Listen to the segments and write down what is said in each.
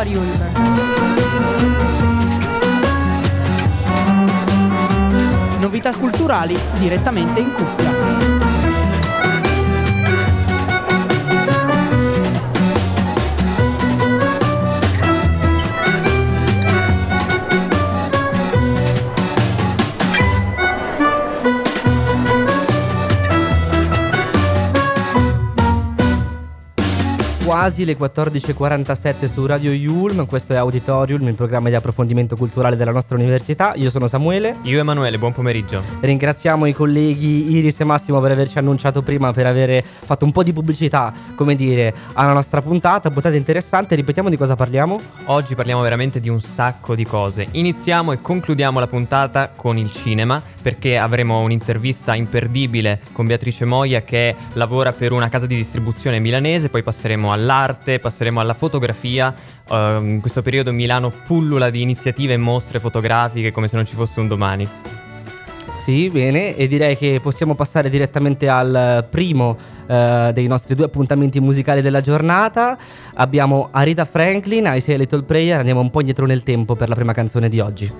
Auditorium. Novità culturali direttamente in cuffia. Quasi le 14.47 su Radio Yulm, questo è Auditorium, il programma di approfondimento culturale della nostra università. Io sono Samuele. Io Emanuele, buon pomeriggio. Ringraziamo i colleghi Iris e Massimo per averci annunciato prima, per aver fatto un po' di pubblicità, come dire, alla nostra puntata interessante. Ripetiamo di cosa parliamo? Oggi parliamo veramente di un sacco di cose. Iniziamo e concludiamo la puntata con il cinema, perché avremo un'intervista imperdibile con Beatrice Moia, che lavora per una casa di distribuzione milanese. Poi passeremo all'arte, passeremo alla fotografia. In questo periodo Milano pullula di iniziative e mostre fotografiche come se non ci fosse un domani. Sì, bene, e direi che possiamo passare direttamente al primo dei nostri due appuntamenti musicali della giornata. Abbiamo Aretha Franklin, I Say a Little Prayer. Andiamo un po' indietro nel tempo per la prima canzone di oggi.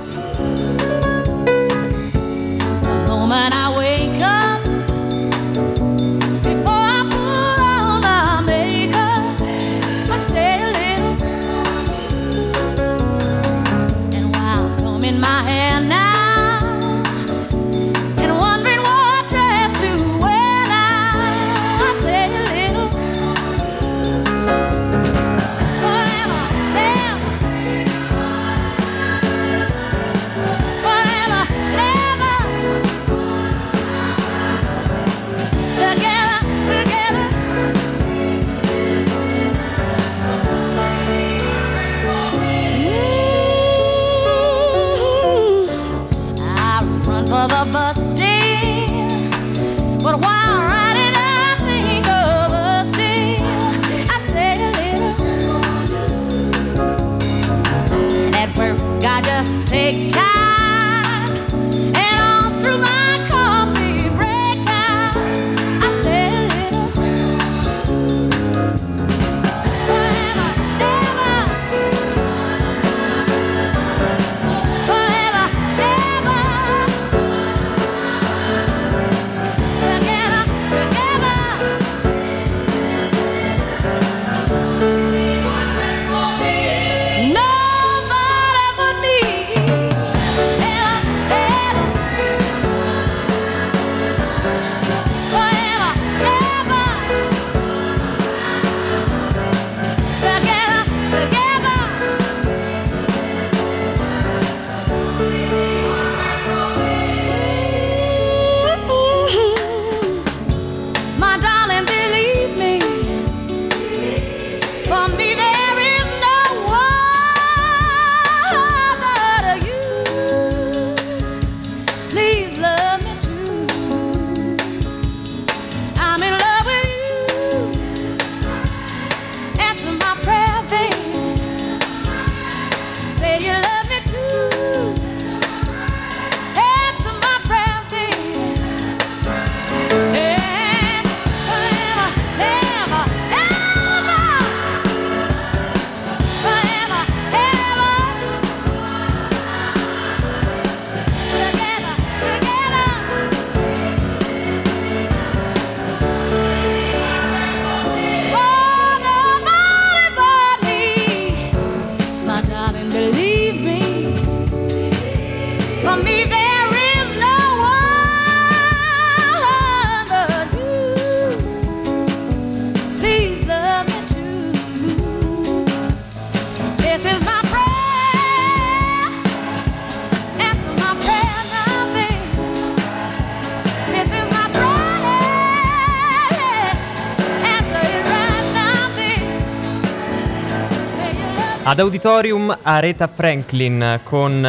Ad Auditorium, Aretha Franklin con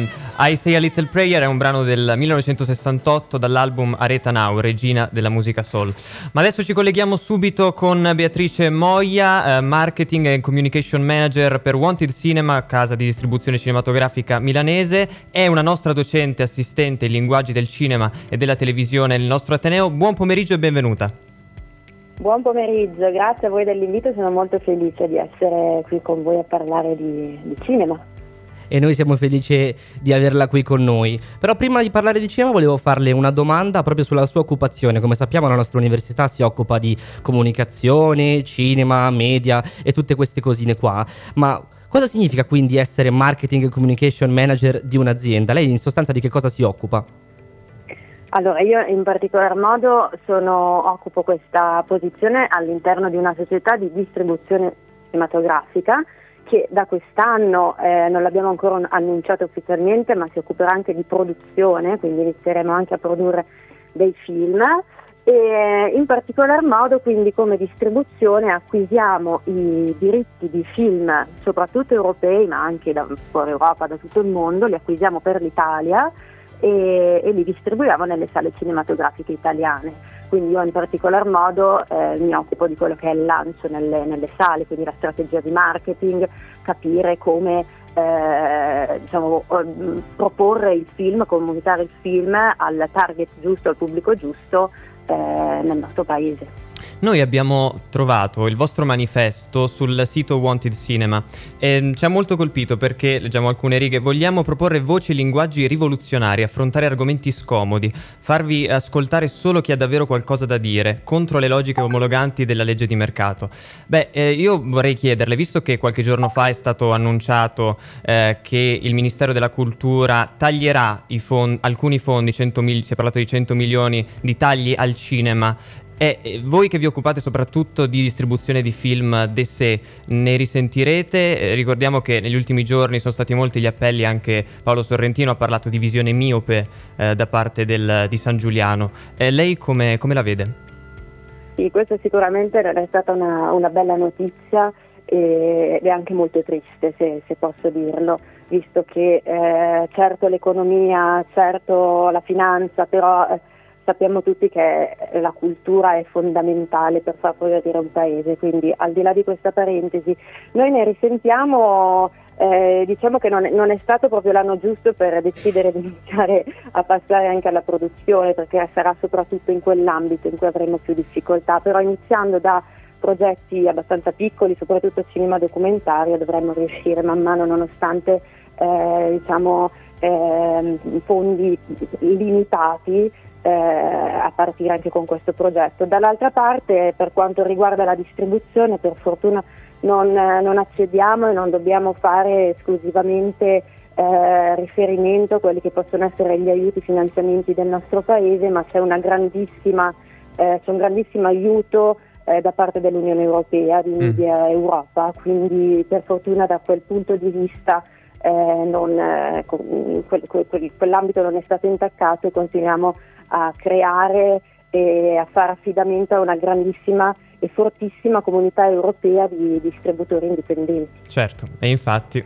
I Say a Little Prayer, è un brano del 1968 dall'album Aretha Now, regina della musica soul. Ma adesso ci colleghiamo subito con Beatrice Moia, Marketing and Communication Manager per Wanted Cinema, casa di distribuzione cinematografica milanese. È una nostra docente assistente in linguaggi del cinema e della televisione nel nostro Ateneo. Buon pomeriggio e benvenuta. Buon pomeriggio, grazie a voi dell'invito, sono molto felice di essere qui con voi a parlare di cinema. E noi siamo felici di averla qui con noi. Però prima di parlare di cinema volevo farle una domanda proprio sulla sua occupazione. Come sappiamo la nostra università si occupa di comunicazione, cinema, media e tutte queste cosine qua. Ma cosa significa quindi essere marketing e communication manager di un'azienda? Lei in sostanza di che cosa si occupa? Allora, io in particolar modo occupo questa posizione all'interno di una società di distribuzione cinematografica che da quest'anno, non l'abbiamo ancora annunciato ufficialmente, ma si occuperà anche di produzione, quindi inizieremo anche a produrre dei film e in particolar modo quindi come distribuzione acquisiamo i diritti di film soprattutto europei ma anche da fuori Europa, da tutto il mondo, li acquisiamo per l'Italia e li distribuiamo nelle sale cinematografiche italiane. Quindi io in particolar modo mi occupo di quello che è il lancio nelle sale, quindi la strategia di marketing, capire come proporre il film, comunicare il film al target giusto, al pubblico giusto nel nostro paese. Noi abbiamo trovato il vostro manifesto sul sito Wanted Cinema e ci ha molto colpito perché, leggiamo alcune righe, vogliamo proporre voci e linguaggi rivoluzionari, affrontare argomenti scomodi, farvi ascoltare solo chi ha davvero qualcosa da dire, contro le logiche omologanti della legge di mercato. Io vorrei chiederle, visto che qualche giorno fa è stato annunciato che il Ministero della Cultura taglierà alcuni fondi, si è parlato di 100 milioni di tagli al cinema, voi che vi occupate soprattutto di distribuzione di film d'essè, ne risentirete? Ricordiamo che negli ultimi giorni sono stati molti gli appelli, anche Paolo Sorrentino ha parlato di visione miope da parte di San Giuliano. Lei come la vede? Sì, questa sicuramente è stata una bella notizia ed è anche molto triste, se posso dirlo, visto che certo l'economia, certo la finanza, però sappiamo tutti che la cultura è fondamentale per far progredire un paese, quindi al di là di questa parentesi noi ne risentiamo, diciamo che non è stato proprio l'anno giusto per decidere di iniziare a passare anche alla produzione, perché sarà soprattutto in quell'ambito in cui avremo più difficoltà, però iniziando da progetti abbastanza piccoli, soprattutto cinema documentario, dovremmo riuscire man mano, nonostante fondi limitati, a partire anche con questo progetto. Dall'altra parte, per quanto riguarda la distribuzione, per fortuna non accediamo e non dobbiamo fare esclusivamente riferimento a quelli che possono essere gli aiuti, i finanziamenti del nostro paese, ma c'è un grandissimo aiuto da parte dell'Unione Europea, di Media Europa, quindi per fortuna da quel punto di vista quell'ambito non è stato intaccato e continuiamo a creare e a fare affidamento a una grandissima e fortissima comunità europea di distributori indipendenti. Certo, e infatti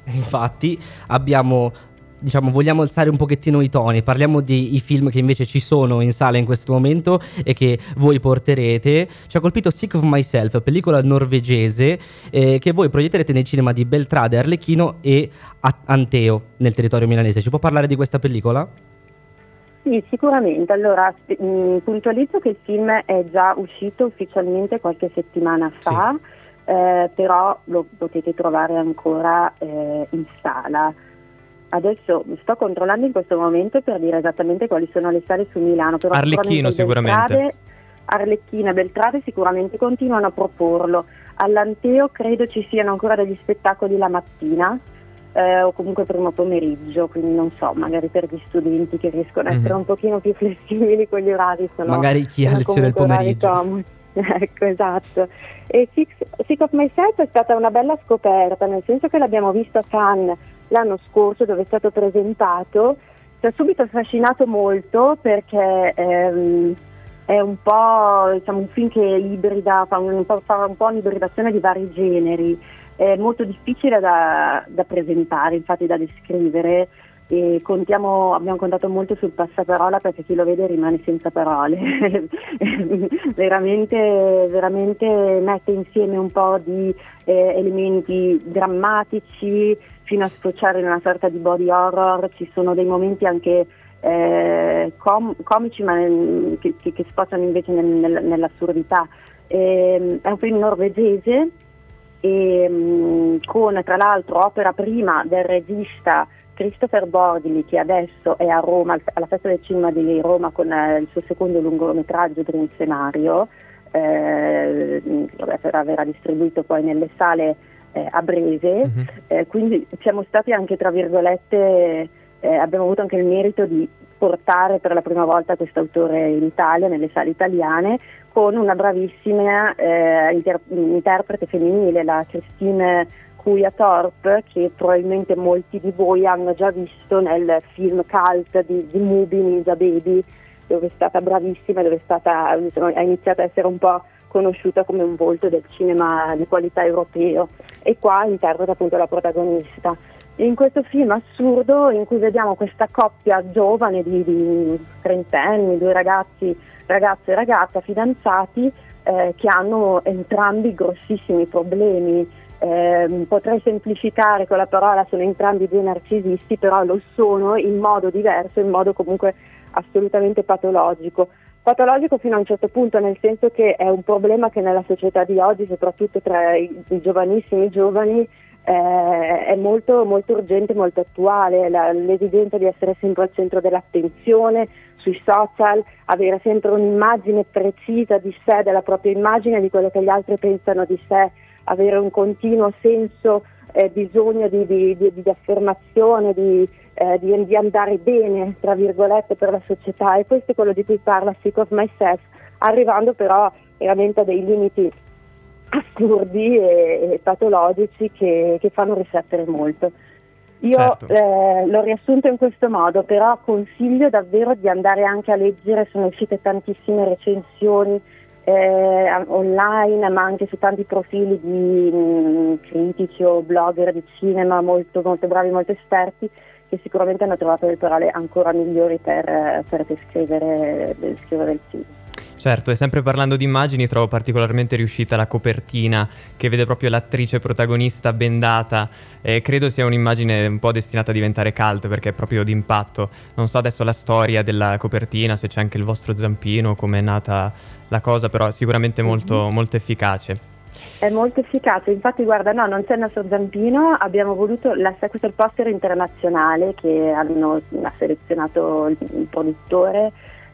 vogliamo alzare un pochettino i toni, parliamo dei film che invece ci sono in sala in questo momento e che voi porterete. Ci ha colpito Sick of Myself, pellicola norvegese che voi proietterete nei cinema di Beltrade, Arlecchino e Anteo nel territorio milanese. Ci può parlare di questa pellicola? Sì, sicuramente. Allora, puntualizzo che il film è già uscito ufficialmente qualche settimana fa, sì. Però lo potete trovare ancora in sala. Adesso sto controllando in questo momento per dire esattamente quali sono le sale su Milano. Però Arlecchino sicuramente. Arlecchino e Beltrade sicuramente continuano a proporlo. All'Anteo credo ci siano ancora degli spettacoli la mattina o comunque primo pomeriggio, quindi non so, magari per gli studenti che riescono a essere un pochino più flessibili con gli orari. Magari chi ha lezione il pomeriggio. Ecco, esatto. E Sick of Myself è stata una bella scoperta, nel senso che l'abbiamo visto a Cannes l'anno scorso, dove è stato presentato. Ci ha subito affascinato molto perché è un po' un film che ibrida, fa un po' un'ibridazione di vari generi. È molto difficile da presentare, infatti da descrivere, e abbiamo contato molto sul passaparola perché chi lo vede rimane senza parole. veramente mette insieme un po' di elementi drammatici fino a sfociare in una sorta di body horror. Ci sono dei momenti anche comici, ma che sfociano invece nell'assurdità. È un film norvegese con tra l'altro opera prima del regista Christopher Bordili, che adesso è a Roma alla Festa del Cinema di Roma con il suo secondo lungometraggio Dream Scenario, verrà distribuito poi nelle sale a breve, quindi siamo stati anche tra virgolette, abbiamo avuto anche il merito di portare per la prima volta questo autore in Italia, nelle sale italiane, con una bravissima interprete femminile, la Christine Kuja-Torp, che probabilmente molti di voi hanno già visto nel film cult di Mubi Ninja Baby, dove è stata bravissima, ha iniziato a essere un po' conosciuta come un volto del cinema di qualità europeo, e qua interpreta appunto la protagonista. In questo film assurdo in cui vediamo questa coppia giovane di 30 anni, due ragazzo e ragazza fidanzati, che hanno entrambi grossissimi problemi. Potrei semplificare con la parola, sono entrambi due narcisisti, però lo sono in modo diverso, in modo comunque assolutamente patologico fino a un certo punto, nel senso che è un problema che nella società di oggi, soprattutto tra i giovanissimi giovani, è molto, molto urgente, molto attuale, l'esigenza di essere sempre al centro dell'attenzione sui social, avere sempre un'immagine precisa di sé, della propria immagine, di quello che gli altri pensano di sé, avere un continuo senso, bisogno di affermazione, di andare bene, tra virgolette, per la società, e questo è quello di cui parla Sick of Myself, arrivando però veramente a dei limiti assurdi e patologici che fanno riflettere molto. Io certo. L'ho riassunto in questo modo, però consiglio davvero di andare anche a leggere, sono uscite tantissime recensioni online, ma anche su tanti profili di critici o blogger di cinema molto, molto bravi, molto esperti, che sicuramente hanno trovato le parole ancora migliori per descrivere il film. Certo, e sempre parlando di immagini, trovo particolarmente riuscita la copertina che vede proprio l'attrice protagonista bendata, e credo sia un'immagine un po' destinata a diventare cult perché è proprio d'impatto. Non so adesso la storia della copertina, se c'è anche il vostro zampino, come è nata la cosa, però sicuramente molto, molto efficace. È molto efficace, infatti guarda, no, non c'è il nostro zampino, abbiamo voluto, questo è il poster internazionale che ha selezionato il produttore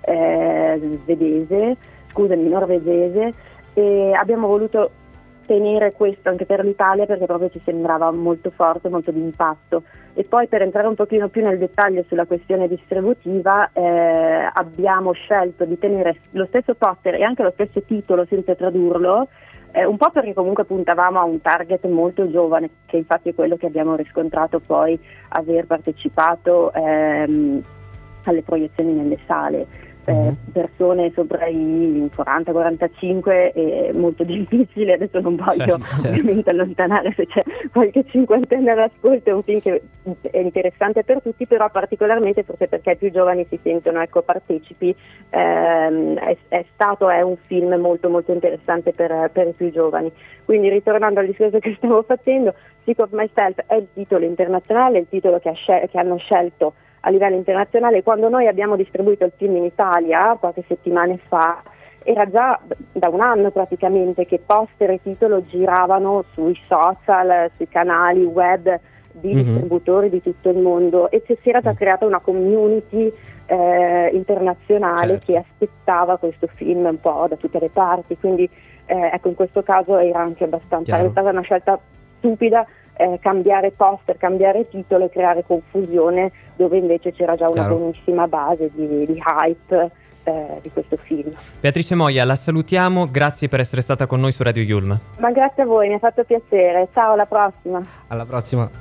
norvegese, e abbiamo voluto tenere questo anche per l'Italia perché proprio ci sembrava molto forte, molto di impatto. E poi, per entrare un pochino più nel dettaglio sulla questione distributiva, abbiamo scelto di tenere lo stesso poster e anche lo stesso titolo senza tradurlo, un po' perché comunque puntavamo a un target molto giovane, che infatti è quello che abbiamo riscontrato poi aver partecipato alle proiezioni nelle sale. Persone sopra i 40-45, è molto difficile, adesso non voglio ovviamente allontanare se c'è qualche cinquantenne all'ascolto, è un film che è interessante per tutti, però particolarmente forse perché i più giovani si sentono partecipi, è un film molto molto interessante per i più giovani. Quindi, ritornando al discorso che stavo facendo, Sick of Myself è il titolo internazionale, il titolo che hanno scelto a livello internazionale. Quando noi abbiamo distribuito il film in Italia poche settimane fa, era già da un anno praticamente che poster e titolo giravano sui social, sui canali web di distributori di tutto il mondo, e si era già creata una community internazionale che aspettava questo film un po' da tutte le parti, quindi in questo caso era anche abbastanza, è stata una scelta stupida, cambiare poster, cambiare titolo e creare confusione dove invece c'era già una buonissima base di hype di questo film. Beatrice Moia, la salutiamo, grazie per essere stata con noi su Radio Yulm. Ma grazie a voi, mi ha fatto piacere, ciao, alla prossima. Alla prossima.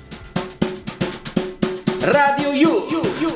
Radio Yulm.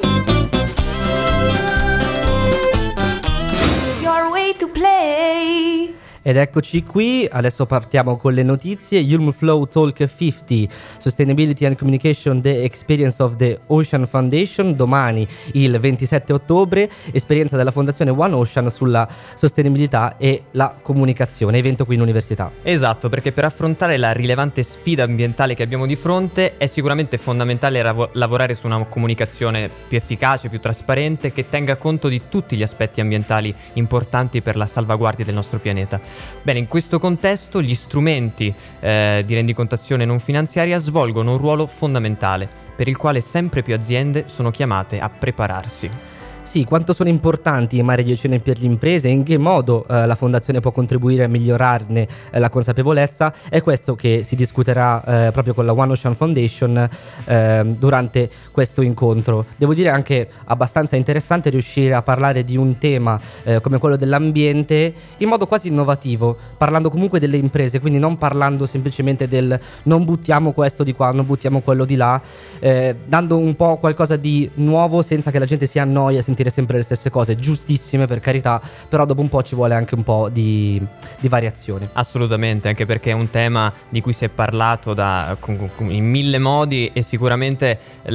Your way to play. Ed eccoci qui, adesso partiamo con le notizie. Yulm Flow Talk 50, Sustainability and Communication, The Experience of the Ocean Foundation, domani il 27 ottobre, esperienza della Fondazione One Ocean sulla sostenibilità e la comunicazione, evento qui in università. Esatto, perché per affrontare la rilevante sfida ambientale che abbiamo di fronte è sicuramente fondamentale lavorare su una comunicazione più efficace, più trasparente, che tenga conto di tutti gli aspetti ambientali importanti per la salvaguardia del nostro pianeta. Bene, in questo contesto gli strumenti di rendicontazione non finanziaria svolgono un ruolo fondamentale, per il quale sempre più aziende sono chiamate a prepararsi. Sì, quanto sono importanti i Mare Diocene per le imprese e in che modo la Fondazione può contribuire a migliorarne la consapevolezza, è questo che si discuterà proprio con la One Ocean Foundation durante questo incontro. Devo dire anche abbastanza interessante riuscire a parlare di un tema come quello dell'ambiente in modo quasi innovativo, parlando comunque delle imprese, quindi non parlando semplicemente del non buttiamo questo di qua, non buttiamo quello di là, dando un po' qualcosa di nuovo senza che la gente si annoi a sentire sempre le stesse cose, giustissime per carità, però dopo un po' ci vuole anche un po' di variazione. Assolutamente, anche perché è un tema di cui si è parlato in mille modi, e sicuramente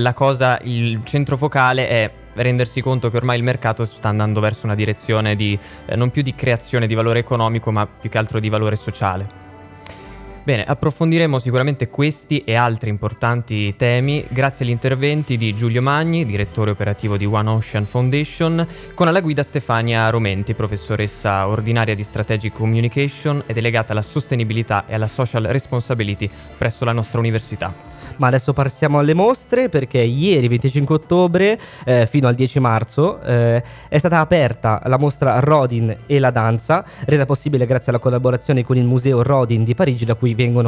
il centro focale è rendersi conto che ormai il mercato sta andando verso una direzione di non più di creazione di valore economico, ma più che altro di valore sociale. Bene, approfondiremo sicuramente questi e altri importanti temi grazie agli interventi di Giulio Magni, direttore operativo di One Ocean Foundation, con alla guida Stefania Romenti, professoressa ordinaria di Strategic Communication e delegata alla sostenibilità e alla social responsibility presso la nostra università. Ma adesso passiamo alle mostre, perché ieri 25 ottobre fino al 10 marzo è stata aperta la mostra Rodin e la danza, resa possibile grazie alla collaborazione con il Museo Rodin di Parigi, da cui vengono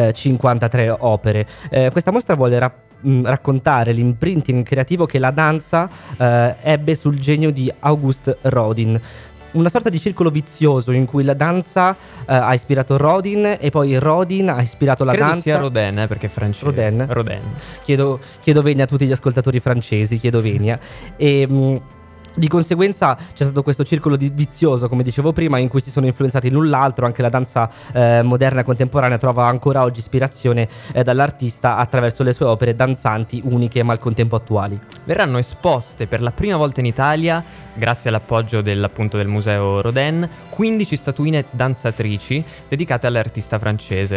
53 opere. Questa mostra vuole raccontare l'imprinting creativo che la danza ebbe sul genio di Auguste Rodin. Una sorta di circolo vizioso in cui la danza ha ispirato Rodin e poi Rodin ha ispirato la danza. Credo sia Rodin, perché è francese. Rodin. Chiedo venia a tutti gli ascoltatori francesi, chiedo venia. E di conseguenza c'è stato questo circolo vizioso, come dicevo prima, in cui si sono influenzati l'un l'altro. Anche la danza moderna e contemporanea trova ancora oggi ispirazione dall'artista attraverso le sue opere danzanti, uniche ma al contempo attuali. Verranno esposte per la prima volta in Italia, grazie all'appoggio del Museo Rodin, 15 statuine danzatrici dedicate all'artista francese.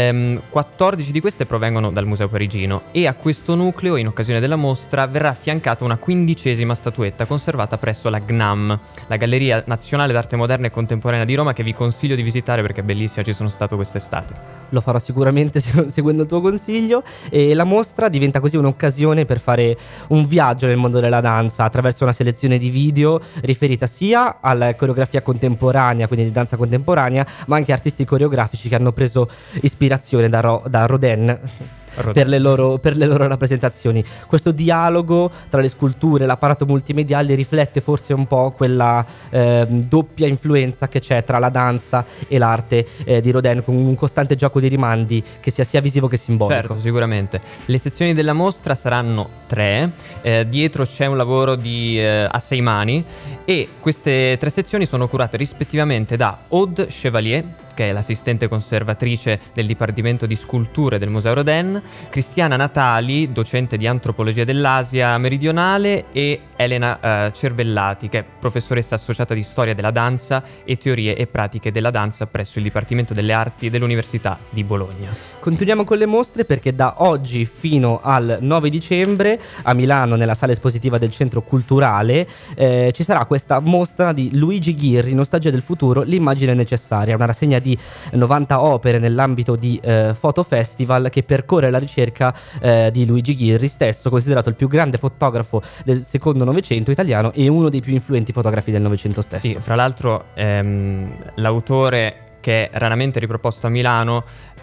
14 di queste provengono dal Museo Parigino, e a questo nucleo, in occasione della mostra, verrà affiancata una 15ª statuetta conservata presso la GNAM, la Galleria Nazionale d'Arte Moderna e Contemporanea di Roma, che vi consiglio di visitare perché è bellissima, ci sono stato quest'estate. Lo farò sicuramente seguendo il tuo consiglio, e la mostra diventa così un'occasione per fare un viaggio nel mondo della danza attraverso una selezione di video riferita sia alla coreografia contemporanea, quindi di danza contemporanea, ma anche artisti coreografici che hanno preso ispirazione da Rodin per le loro rappresentazioni. Questo dialogo tra le sculture e l'apparato multimediale riflette forse un po' quella doppia influenza che c'è tra la danza e l'arte di Rodin, con un costante gioco di rimandi che sia visivo che simbolico. Certo, sicuramente. Le sezioni della mostra saranno 3, dietro c'è un lavoro a 6 mani, e queste 3 sezioni sono curate rispettivamente da Aude Chevalier, che è l'assistente conservatrice del Dipartimento di Sculture del Museo Rodin, Cristiana Natali, docente di Antropologia dell'Asia Meridionale, e Elena Cervellati, che è professoressa associata di Storia della Danza e Teorie e Pratiche della Danza presso il Dipartimento delle Arti dell'Università di Bologna. Continuiamo con le mostre, perché da oggi fino al 9 dicembre a Milano, nella sala espositiva del Centro Culturale, ci sarà questa mostra di Luigi Ghirri, Nostalgia del futuro, l'immagine necessaria, una rassegna di 90 opere nell'ambito di Photo Festival, che percorre la ricerca di Luigi Ghirri, stesso considerato il più grande fotografo del secondo Novecento italiano e uno dei più influenti fotografi del Novecento stesso. Sì, fra l'altro l'autore, che è raramente riproposto a Milano,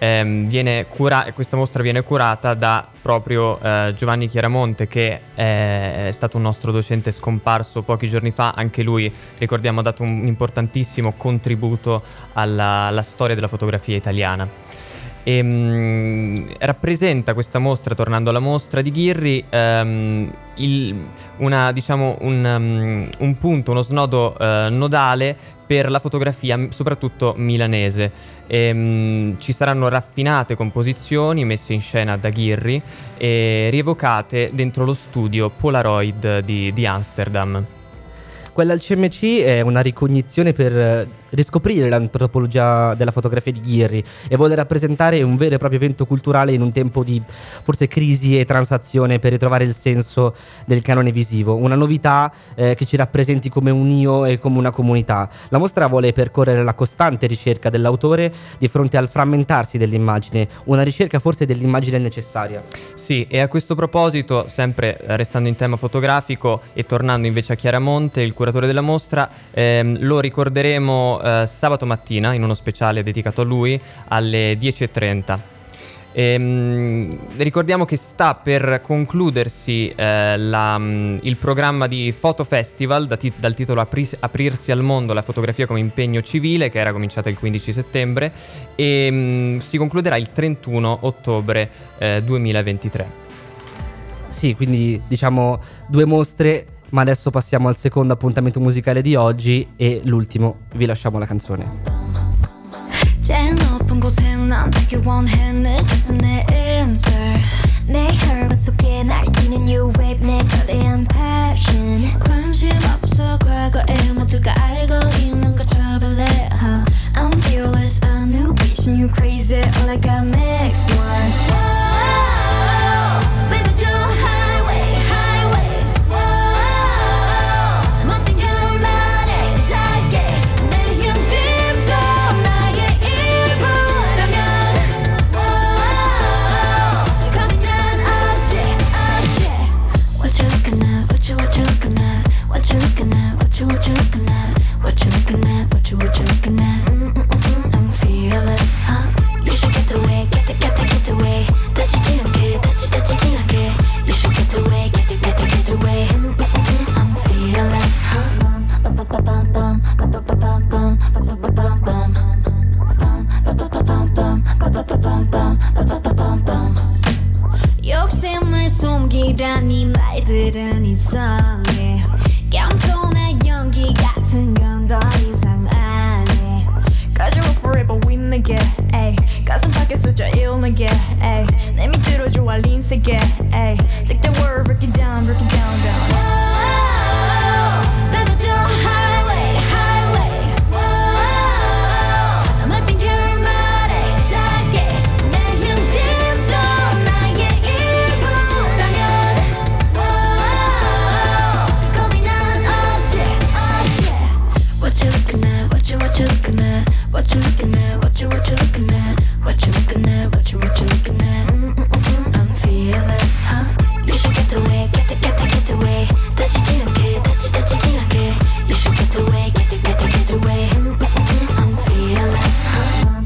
questa mostra viene curata da proprio Giovanni Chiaramonte, che è stato un nostro docente scomparso pochi giorni fa. Anche lui, ricordiamo, ha dato un importantissimo contributo alla storia della fotografia italiana. Rappresenta questa mostra, tornando alla mostra di Ghirri, un punto, uno snodo nodale per la fotografia soprattutto milanese. Ci saranno raffinate composizioni messe in scena da Ghirri e rievocate dentro lo studio Polaroid di Amsterdam. Quella al CMC è una ricognizione per riscoprire l'antropologia della fotografia di Ghirri e vuole rappresentare un vero e proprio evento culturale in un tempo di forse crisi e transazione per ritrovare il senso del canone visivo, una novità che ci rappresenti come un io e come una comunità. La mostra vuole percorrere la costante ricerca dell'autore di fronte al frammentarsi dell'immagine, una ricerca forse dell'immagine necessaria. Sì, e a questo proposito, sempre restando in tema fotografico e tornando invece a Chiaramonte, il curatore della mostra, lo ricorderemo sabato mattina in uno speciale dedicato a lui alle 10:30. Ricordiamo che sta per concludersi il programma di Photo Festival dal titolo Aprirsi al mondo, la fotografia come impegno civile, che era cominciata il 15 settembre e si concluderà il 31 ottobre 2023. Sì, quindi diciamo 2 mostre, ma adesso passiamo al secondo appuntamento musicale di oggi e l'ultimo, vi lasciamo la canzone. 제일 높은 곳에 난 되게 원했네 그래서 내 answer 내 혈관 속에 날뛰는 new wave 내 거대한 passion 관심 없어 과거에 모두가 알고 있는 거 trouble I'm fearless a new vision you crazy all I got next one Whoa, baby 저 highway highway Whoa, 멋진 결말에 닿게 내 형집도 나의 What you looking at? What you looking at? What you looking at? What you looking at? What you looking at? What you looking at? I'm fearless, huh? You should get away, get away. 다치지 않게, 다치지 않게. You should get away, get away. I'm fearless, huh? 욕심을 숨기라니 말들은 이상해 겸손한 연기 같은 건 더 이상 안 해 Cause you're forever with 내게 에이 가슴 밖에서 제일 내게 에이 내 밑으로 조아린 세계 에이 Take the world, break it down, down Whoa, baby 저 highway, highway Whoa, 멋진 결말에 닿게 내 형집도 나의 일부라면 Whoa, 겁이 난 어째 What you looking at, what you looking at What you looking at, what you looking at What you looking at, what you looking at I'm fearless, huh? You should get away, get away 다치지 않게, 다치지 않게 You should get away, get away I'm fearless, huh?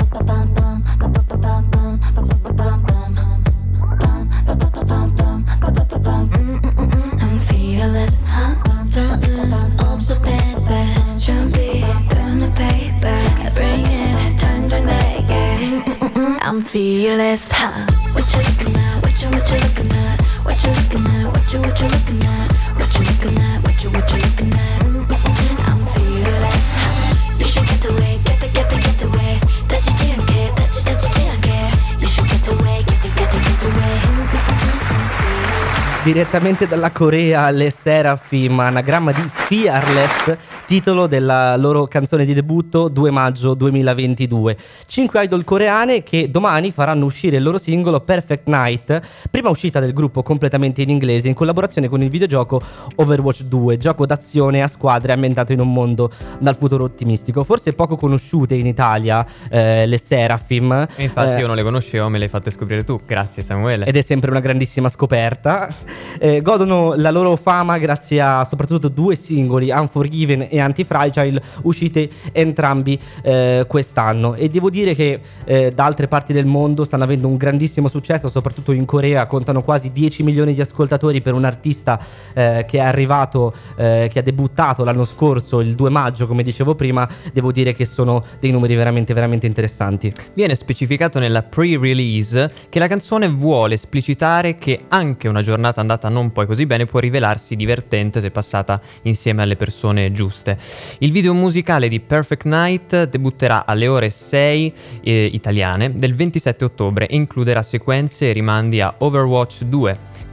I'm fearless, huh? 더는 없어, baby 준비되는 paper Bring it, 당장 내게 I'm fearless, huh? What you looking at? What you looking at? What you looking at? What you looking at? What you looking at? What you looking at? I'm fearless, huh? You should get away, get away. 다치지 않게, 다치지 않게. You should get away, get away. I'm fearless. Direttamente dalla Corea, le Seraphim, anagramma di Fearless, titolo della loro canzone di debutto 2 maggio 2022. 5 idol coreane che domani faranno uscire il loro singolo Perfect Night, prima uscita del gruppo completamente in inglese in collaborazione con il videogioco Overwatch 2, gioco d'azione a squadre ambientato in un mondo dal futuro ottimistico. Forse poco conosciute in Italia le Seraphim. E infatti io non le conoscevo, me le hai fatte scoprire tu, grazie Samuele. Ed è sempre una grandissima scoperta. Godono la loro fama grazie a soprattutto 2 singoli, Unforgiven e Anti-Fragile, usciti entrambi quest'anno, e devo dire che da altre parti del mondo stanno avendo un grandissimo successo, soprattutto in Corea contano quasi 10 milioni di ascoltatori per un artista che è arrivato, che ha debuttato l'anno scorso il 2 maggio come dicevo prima. Devo dire che sono dei numeri veramente veramente interessanti. Viene specificato nella pre-release che la canzone vuole esplicitare che anche una giornata andata non poi così bene può rivelarsi divertente se passata insieme alle persone giuste. Il video musicale di Perfect Night debutterà alle ore 6 italiane del 27 ottobre e includerà sequenze e rimandi a Overwatch 2,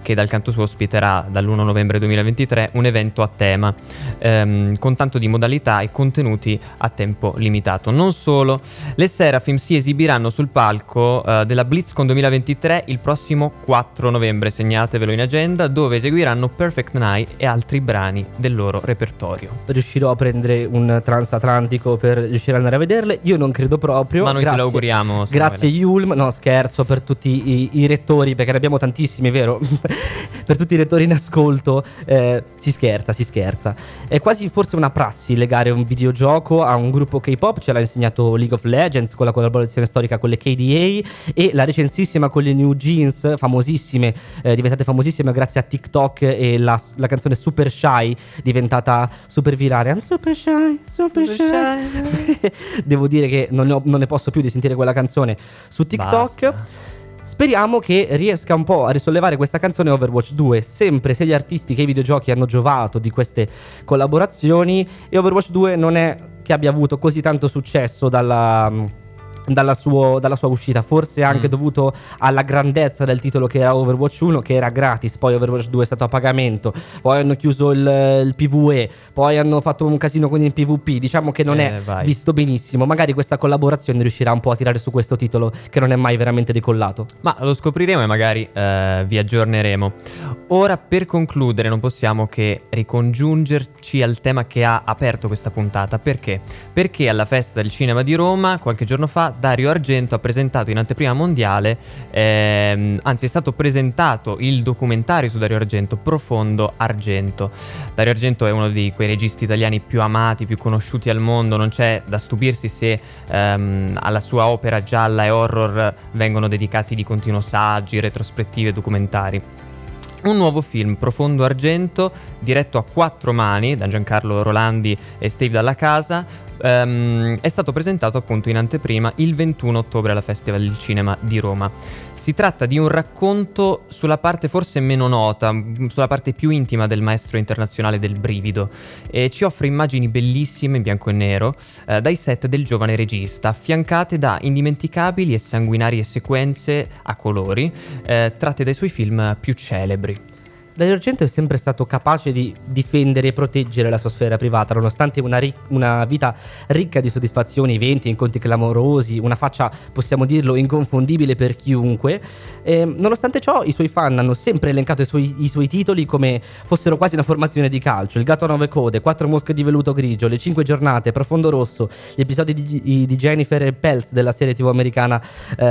che dal canto suo ospiterà dall'1 novembre 2023 un evento a tema con tanto di modalità e contenuti a tempo limitato. Non solo, le Seraphim si esibiranno sul palco della BlitzCon 2023 il prossimo 4 novembre, segnatevelo in agenda, dove eseguiranno Perfect Night e altri brani del loro repertorio. Riuscirò a prendere un transatlantico per riuscire ad andare a vederle? Io non credo proprio. Ma noi te lo auguriamo. Grazie Yulm, no scherzo, per tutti i rettori, perché ne abbiamo tantissimi, vero? Per tutti i rettori in ascolto, si scherza. È quasi forse una prassi legare un videogioco a un gruppo K-pop, ce l'ha insegnato League of Legends con la collaborazione storica con le KDA, e la recentissima con le New Jeans, famosissime, diventate famosissime grazie a TikTok e la canzone Super Shy, diventata super virale. I'm super shy. Devo dire che non ne posso più di sentire quella canzone su TikTok. Basta. Speriamo che riesca un po' a risollevare questa canzone Overwatch 2, sempre se gli artisti che i videogiochi hanno giovato di queste collaborazioni, e Overwatch 2 non è che abbia avuto così tanto successo dalla sua uscita, forse anche dovuto alla grandezza del titolo che era Overwatch 1, che era gratis, poi Overwatch 2 è stato a pagamento, poi hanno chiuso il PvE, poi hanno fatto un casino con il PvP, diciamo che non è visto benissimo. Magari questa collaborazione riuscirà un po' a tirare su questo titolo che non è mai veramente decollato. Ma lo scopriremo e magari vi aggiorneremo. Ora, per concludere, non possiamo che ricongiungerci al tema che ha aperto questa puntata. Perché? Perché alla Festa del Cinema di Roma qualche giorno fa Dario Argento ha presentato in anteprima mondiale, anzi è stato presentato il documentario su Dario Argento, Profondo Argento. Dario Argento è uno di quei registi italiani più amati, più conosciuti al mondo, non c'è da stupirsi se alla sua opera gialla e horror vengono dedicati di continuo saggi, retrospettive e documentari. Un nuovo film, Profondo Argento, diretto a 4 mani da Giancarlo Rolandi e Steve Dalla Casa, è stato presentato appunto in anteprima il 21 ottobre alla Festival del Cinema di Roma. Si tratta di un racconto sulla parte forse meno nota, sulla parte più intima del maestro internazionale del brivido, e ci offre immagini bellissime in bianco e nero dai set del giovane regista, affiancate da indimenticabili e sanguinarie sequenze a colori tratte dai suoi film più celebri. Dario Argento è sempre stato capace di difendere e proteggere la sua sfera privata, nonostante una vita ricca di soddisfazioni, eventi, incontri clamorosi, una faccia, possiamo dirlo, inconfondibile per chiunque. Nonostante ciò, i suoi fan hanno sempre elencato i suoi titoli come fossero quasi una formazione di calcio: Il gatto a 9 code, 4 mosche di velluto grigio, Le 5 giornate, Profondo Rosso, gli episodi di Jennifer Peltz della serie TV americana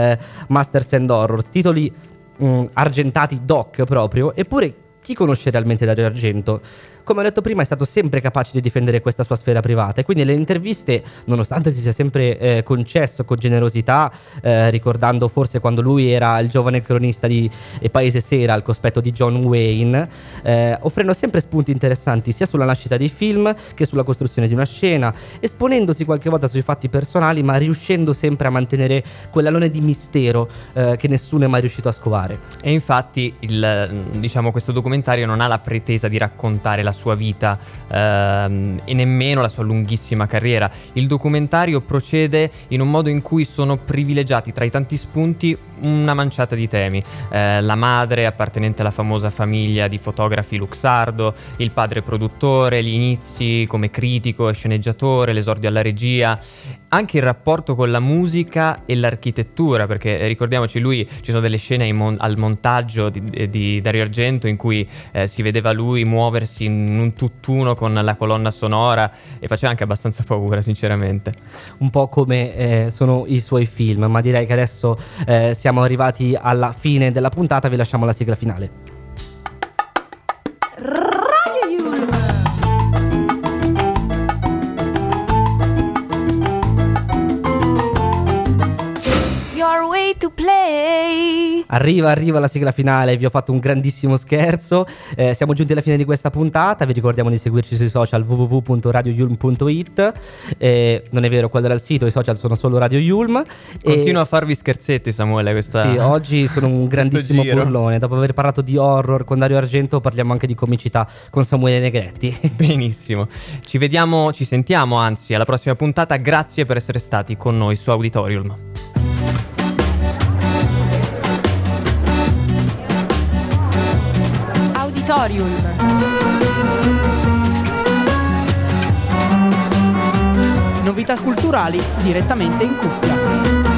Masters and Horrors, titoli argentati doc proprio. Eppure, chi conosce realmente Dario Argento? Come ho detto prima, è stato sempre capace di difendere questa sua sfera privata, e quindi le interviste, nonostante si sia sempre concesso con generosità, ricordando forse quando lui era il giovane cronista di Paese Sera al cospetto di John Wayne, offrendo sempre spunti interessanti sia sulla nascita dei film che sulla costruzione di una scena, esponendosi qualche volta sui fatti personali, ma riuscendo sempre a mantenere quell'alone di mistero che nessuno è mai riuscito a scovare. E infatti questo documentario non ha la pretesa di raccontare la sua vita e nemmeno la sua lunghissima carriera. Il documentario procede in un modo in cui sono privilegiati tra i tanti spunti una manciata di temi: la madre appartenente alla famosa famiglia di fotografi Luxardo, il padre produttore, gli inizi come critico e sceneggiatore, l'esordio alla regia, anche il rapporto con la musica e l'architettura, perché ricordiamoci, ci sono delle scene al montaggio di Dario Argento in cui si vedeva lui muoversi in un tutt'uno con la colonna sonora, e faceva anche abbastanza paura, sinceramente. Un po' come sono i suoi film, ma direi che adesso siamo arrivati alla fine della puntata, vi lasciamo la sigla finale. To play. Arriva la sigla finale, vi ho fatto un grandissimo scherzo, siamo giunti alla fine di questa puntata. Vi ricordiamo di seguirci sui social www.radioyulm.it, non è vero, quello era il sito, i social sono solo Radio Yulm. Continuo a farvi scherzetti, Samuele, Sì, oggi sono un grandissimo burlone. Dopo aver parlato di horror con Dario Argento, parliamo anche di comicità con Samuele Negretti. Benissimo, ci sentiamo anzi alla prossima puntata. Grazie per essere stati con noi su Auditorium. Auditorium. Novità culturali direttamente in cuffia.